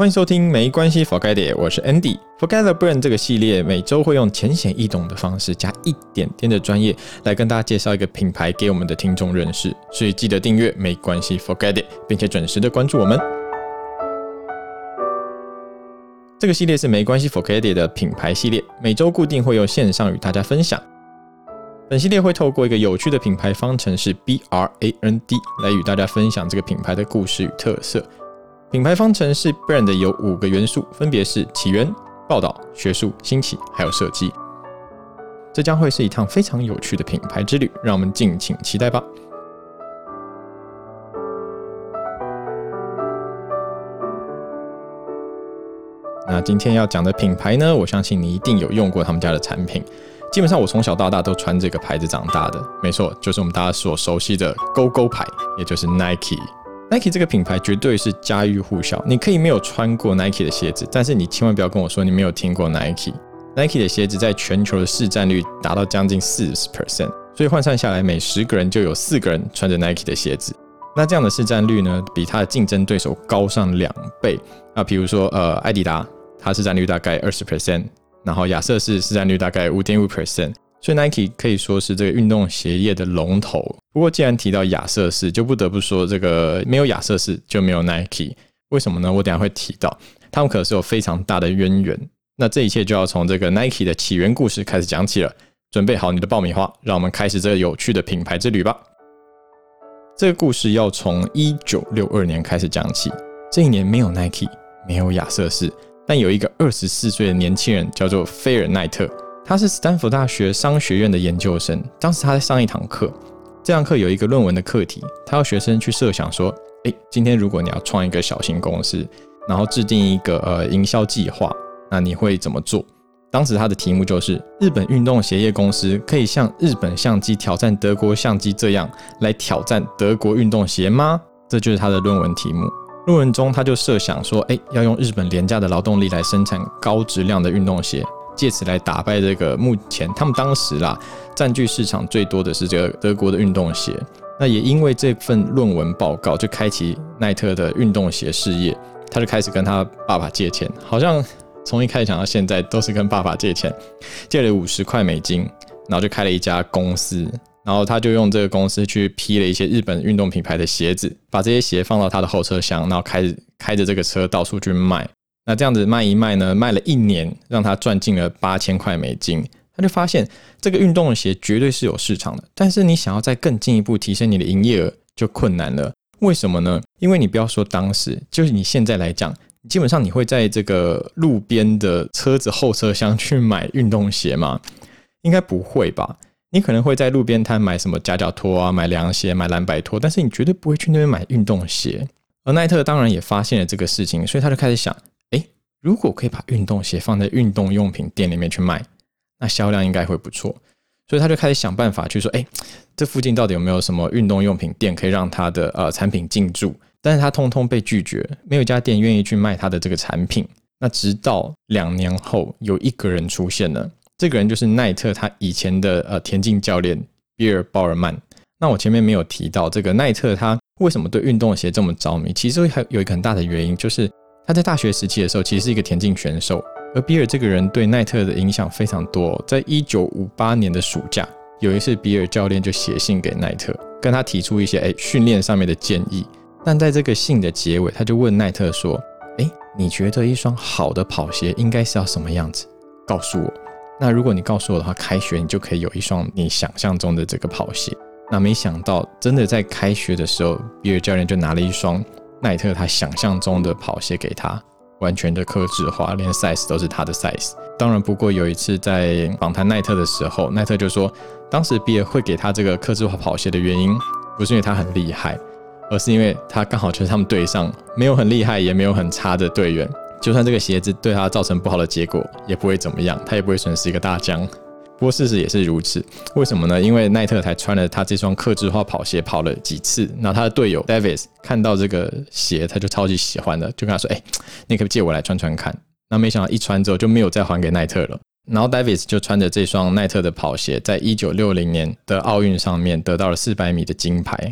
欢迎收听没关系 Forget It， 我是 Andy。Forget the Brand 这个系列每周会用浅显易懂的方式，加一点点的专业，来跟大家介绍一个品牌给我们的听众认识。所以记得订阅没关系 Forget It， 并且准时的关注我们。这个系列是没关系 Forget It 的品牌系列，每周固定会用线上与大家分享。本系列会透过一个有趣的品牌方程式 BRAND 来与大家分享这个品牌的故事与特色。品牌方程式 Brand 有5个元素，分别是起源、报道、学术、兴起，还有设计。这将会是一趟非常有趣的品牌之旅，让我们敬请期待吧。那今天要讲的品牌呢，我相信你一定有用过他们家的产品。基本上我从小到大都穿这个牌子长大的，没错，就是我们大家所熟悉的勾勾牌，也就是 Nike。Nike 这个品牌绝对是家喻户晓，你可以没有穿过 Nike 的鞋子，但是你千万不要跟我说你没有听过 Nike。Nike 的鞋子在全球的市占率达到将近 40%， 所以换算下来每10个人就有4个人穿着 Nike 的鞋子。那这样的市占率呢，比它的竞争对手高上2倍。那比如说艾迪达，它市占率大概 20%， 然后亚瑟士市占率大概 5.5%。所以 Nike 可以说是这个运动鞋业的龙头。不过既然提到亚瑟士，就不得不说这个没有亚瑟士就没有 Nike。为什么呢？我等一下会提到，他们可是有非常大的渊源。那这一切就要从这个 Nike 的起源故事开始讲起了。准备好你的爆米花，让我们开始这个有趣的品牌之旅吧。这个故事要从1962年开始讲起。这一年没有 Nike， 没有亚瑟士，但有一个24岁的年轻人叫做菲尔奈特。他是斯坦福大学商学院的研究生，当时他在上一堂课，这堂课有一个论文的课题，他要学生去设想说，今天如果你要创一个小型公司，然后制定一个营销计划，那你会怎么做？当时他的题目就是日本运动鞋业公司可以像日本相机挑战德国相机这样来挑战德国运动鞋吗？这就是他的论文题目。论文中他就设想说，要用日本廉价的劳动力来生产高质量的运动鞋，借此来打败这个目前他们当时占据市场最多的是这个德国的运动鞋。那也因为这份论文报告，就开启奈特的运动鞋事业。他就开始跟他爸爸借钱，好像从一开始讲到现在都是跟爸爸借钱，借了$50，然后就开了一家公司。然后他就用这个公司去批了一些日本运动品牌的鞋子，把这些鞋放到他的后车厢，然后开着这个车到处去卖。那这样子卖一卖呢，卖了1年，让他赚进了$8000。他就发现这个运动鞋绝对是有市场的，但是你想要再更进一步提升你的营业额就困难了。为什么呢？因为你不要说当时，就是你现在来讲，基本上你会在这个路边的车子后车厢去买运动鞋吗？应该不会吧。你可能会在路边摊买什么夹脚拖啊，买凉鞋，买蓝白拖，但是你绝对不会去那边买运动鞋。而奈特当然也发现了这个事情，所以他就开始想，如果可以把运动鞋放在运动用品店里面去卖，那销量应该会不错。所以他就开始想办法去说，这附近到底有没有什么运动用品店可以让他的产品进驻？但是他通通被拒绝，没有一家店愿意去卖他的这个产品。那直到2年后，有一个人出现了。这个人就是奈特他以前的田径教练比尔·鲍尔曼。那我前面没有提到这个奈特他为什么对运动鞋这么着迷，其实还有一个很大的原因，就是他在大学时期的时候其实是一个田径选手，而比尔这个人对奈特的影响非常多。在1958年的暑假，有一次比尔教练就写信给奈特，跟他提出一些训练上面的建议。但在这个信的结尾，他就问奈特说，你觉得一双好的跑鞋应该是要什么样子？告诉我。那如果你告诉我的话，开学你就可以有一双你想象中的这个跑鞋。那没想到真的在开学的时候，比尔教练就拿了一双奈特他想象中的跑鞋给他，完全的客制化，连 size 都是他的 size。 当然不过有一次在访谈奈特的时候，奈特就说当时比尔会给他这个客制化跑鞋的原因，不是因为他很厉害，而是因为他刚好就是他们队上没有很厉害也没有很差的队员，就算这个鞋子对他造成不好的结果也不会怎么样，他也不会损失一个大将。不过事实也是如此，为什么呢？因为奈特才穿了他这双客制化跑鞋跑了几次，然后他的队友 Davis 看到这个鞋他就超级喜欢的，就跟他说你可不可以借我来穿穿看。那没想到一穿之后就没有再还给奈特了。然后 Davis 就穿着这双奈特的跑鞋，在1960年的奥运上面得到了400米的金牌。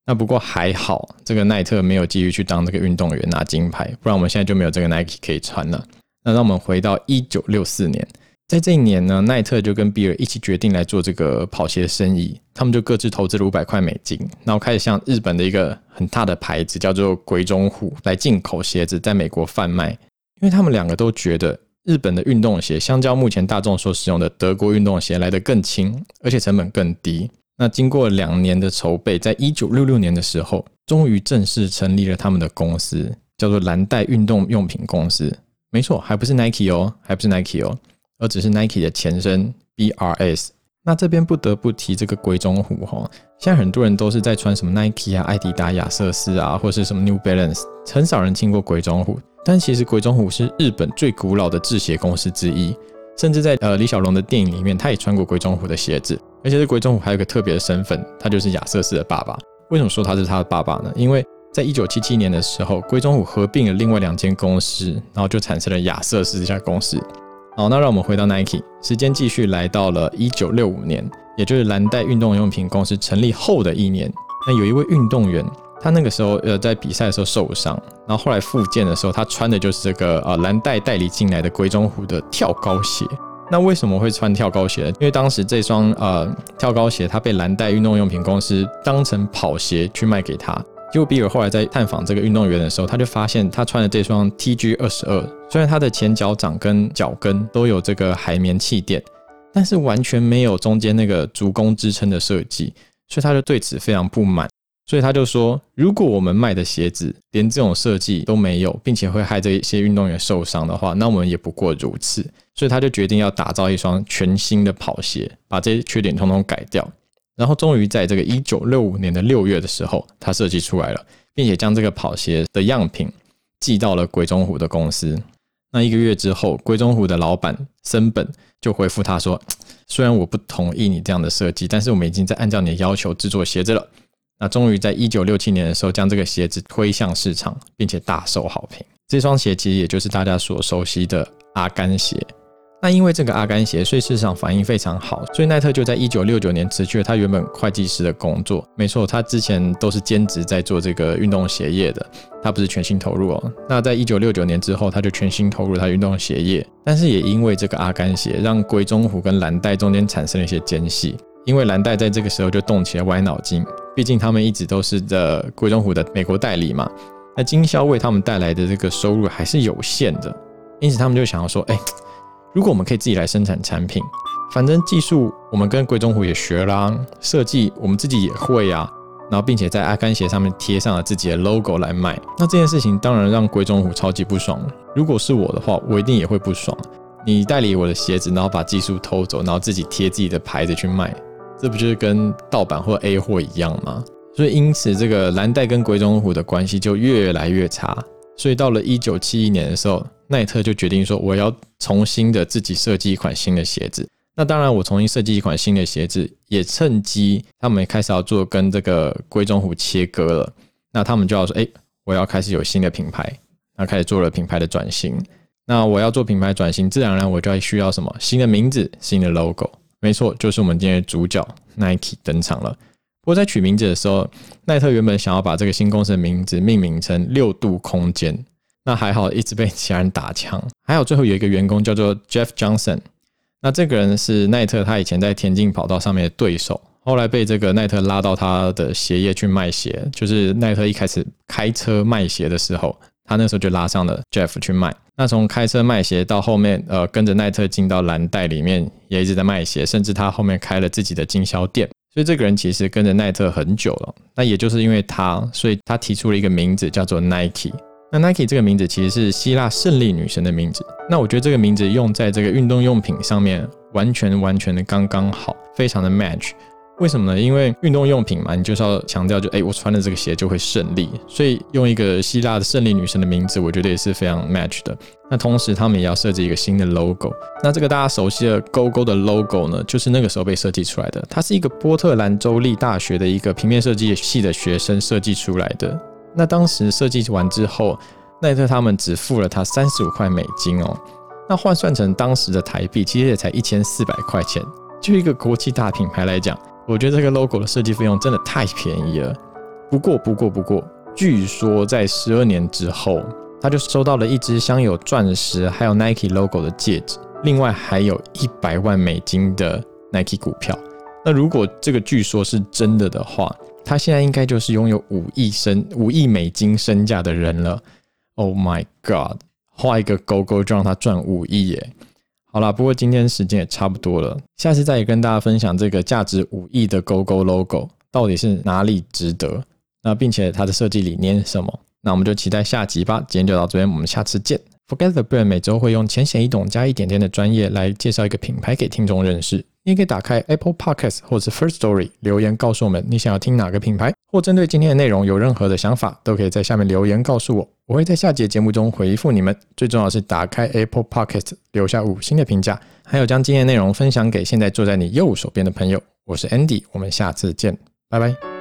那不过还好，这个奈特没有继续去当这个运动员拿金牌，不然我们现在就没有这个 Nike 可以穿了。那让我们回到1964年，在这一年呢，奈特就跟比尔一起决定来做这个跑鞋的生意，他们就各自投资了$500，然后开始向日本的一个很大的牌子叫做鬼冢虎来进口鞋子，在美国贩卖。因为他们两个都觉得日本的运动鞋相较目前大众所使用的德国运动鞋来得更轻，而且成本更低。那经过2年的筹备，在1966年的时候，终于正式成立了他们的公司，叫做蓝带运动用品公司。没错，还不是 Nike 哦，而只是 Nike 的前身 BRS。 那这边不得不提这个鬼冢虎现在很多人都是在穿什么 Nike 啊、艾迪达、亚瑟士啊，或是什么 New Balance， 很少人听过鬼冢虎。但其实鬼冢虎是日本最古老的制鞋公司之一，甚至在李小龙的电影里面，他也穿过鬼冢虎的鞋子。而且这鬼冢虎还有一个特别的身份，他就是亚瑟士的爸爸。为什么说他是他的爸爸呢？因为在1977年的时候，鬼冢虎合并了另外2间公司，然后就产生了亚瑟士这家公司。好，那让我们回到 Nike， 时间继续来到了1965年，也就是蓝带运动用品公司成立后的一年。那有一位运动员，他那个时候在比赛的时候受伤，然后后来复健的时候，他穿的就是这个蓝带代理进来的鬼冢虎的跳高鞋。那为什么会穿跳高鞋呢？因为当时这双跳高鞋它被蓝带运动用品公司当成跑鞋去卖给他。结果比尔后来在探访这个运动员的时候，他就发现他穿的这双 TG22， 虽然他的前脚掌跟脚跟都有这个海绵气垫，但是完全没有中间那个足弓支撑的设计，所以他就对此非常不满。所以他就说，如果我们卖的鞋子连这种设计都没有，并且会害这些运动员受伤的话，那我们也不过如此。所以他就决定要打造一双全新的跑鞋，把这些缺点统统改掉。然后终于在这个1965年的6月的时候，他设计出来了，并且将这个跑鞋的样品寄到了鬼冢虎的公司。那1个月之后，鬼冢虎的老板森本就回复他说，虽然我不同意你这样的设计，但是我们已经在按照你的要求制作鞋子了。那终于在1967年的时候将这个鞋子推向市场，并且大受好评。这双鞋其实也就是大家所熟悉的阿甘鞋。那因为这个阿甘鞋，所以市场反应非常好，所以奈特就在1969年辞去了他原本会计师的工作。没错，他之前都是兼职在做这个运动鞋业的，他不是全心投入哦。那在1969年之后，他就全心投入他运动鞋业。但是也因为这个阿甘鞋，让鬼冢虎跟蓝带中间产生了一些间隙，因为蓝带在这个时候就动起了歪脑筋，毕竟他们一直都是鬼冢虎的美国代理嘛，那经销为他们带来的这个收入还是有限的，因此他们就想要说，如果我们可以自己来生产产品，反正技术我们跟鬼冢虎也学啦，设计我们自己也会啊，然后并且在阿甘鞋上面贴上了自己的 logo 来卖。那这件事情当然让鬼冢虎超级不爽，如果是我的话，我一定也会不爽。你代理我的鞋子，然后把技术偷走，然后自己贴自己的牌子去卖，这不就是跟盗版或 A 货一样吗？所以因此这个蓝带跟鬼冢虎的关系就越来越差。所以到了1971年的时候，奈特就决定说，我要重新的自己设计一款新的鞋子。那当然我重新设计一款新的鞋子，也趁机他们也开始要做跟这个鬼冢虎切割了。那他们就要说，我要开始有新的品牌，那开始做了品牌的转型。那我要做品牌转型，自然而然我就要需要什么？新的名字，新的 logo。没错，就是我们今天的主角 Nike 登场了。不过在取名字的时候，奈特原本想要把这个新公司的名字命名成6度空间，那还好一直被其他人打枪。还好最后有一个员工叫做 Jeff Johnson， 那这个人是奈特他以前在田径跑道上面的对手，后来被这个奈特拉到他的鞋业去卖鞋，就是奈特一开始开车卖鞋的时候，他那时候就拉上了 Jeff 去卖。那从开车卖鞋到后面跟着奈特进到蓝带里面也一直在卖鞋，甚至他后面开了自己的经销店。所以这个人其实跟着奈特很久了，那也就是因为他，所以他提出了一个名字叫做 Nike。 那 Nike 这个名字其实是希腊胜利女神的名字，那我觉得这个名字用在这个运动用品上面完全的刚刚好，非常的 match。为什么呢？因为运动用品嘛，你就是要强调我穿了这个鞋就会胜利，所以用一个希腊的胜利女神的名字，我觉得也是非常 match 的。那同时他们也要设计一个新的 logo， 那这个大家熟悉的勾勾的 logo 呢，就是那个时候被设计出来的，它是一个波特兰州立大学的一个平面设计系的学生设计出来的。那当时设计完之后，奈特他们只付了他$35哦，那换算成当时的台币其实也才1400块钱，就一个国际大品牌来讲，我觉得这个 logo 的设计费用真的太便宜了。 不过，据说在12年之后，他就收到了一只镶有钻石还有 Nike logo 的戒指，另外还有$100万的 Nike 股票。那如果这个据说是真的的话，他现在应该就是拥有5亿美金身价的人了。Oh my god， 画一个勾勾就让他赚5亿耶。好啦，不过今天时间也差不多了，下次再跟大家分享这个价值5亿的勾勾 logo 到底是哪里值得，那并且它的设计理念是什么。那我们就期待下集吧，今天就到这边，我们下次见。Forget the Brand 每周会用浅显易懂加一点点的专业来介绍一个品牌给听众认识。你也可以打开 Apple Podcast 或者是 First Story 留言告诉我们你想要听哪个品牌，或针对今天的内容有任何的想法，都可以在下面留言告诉我，我会在下集节目中回复你们。最重要的是打开 Apple Podcast 留下5星的评价，还有将今天的内容分享给现在坐在你右手边的朋友。我是 Andy， 我们下次见，拜拜。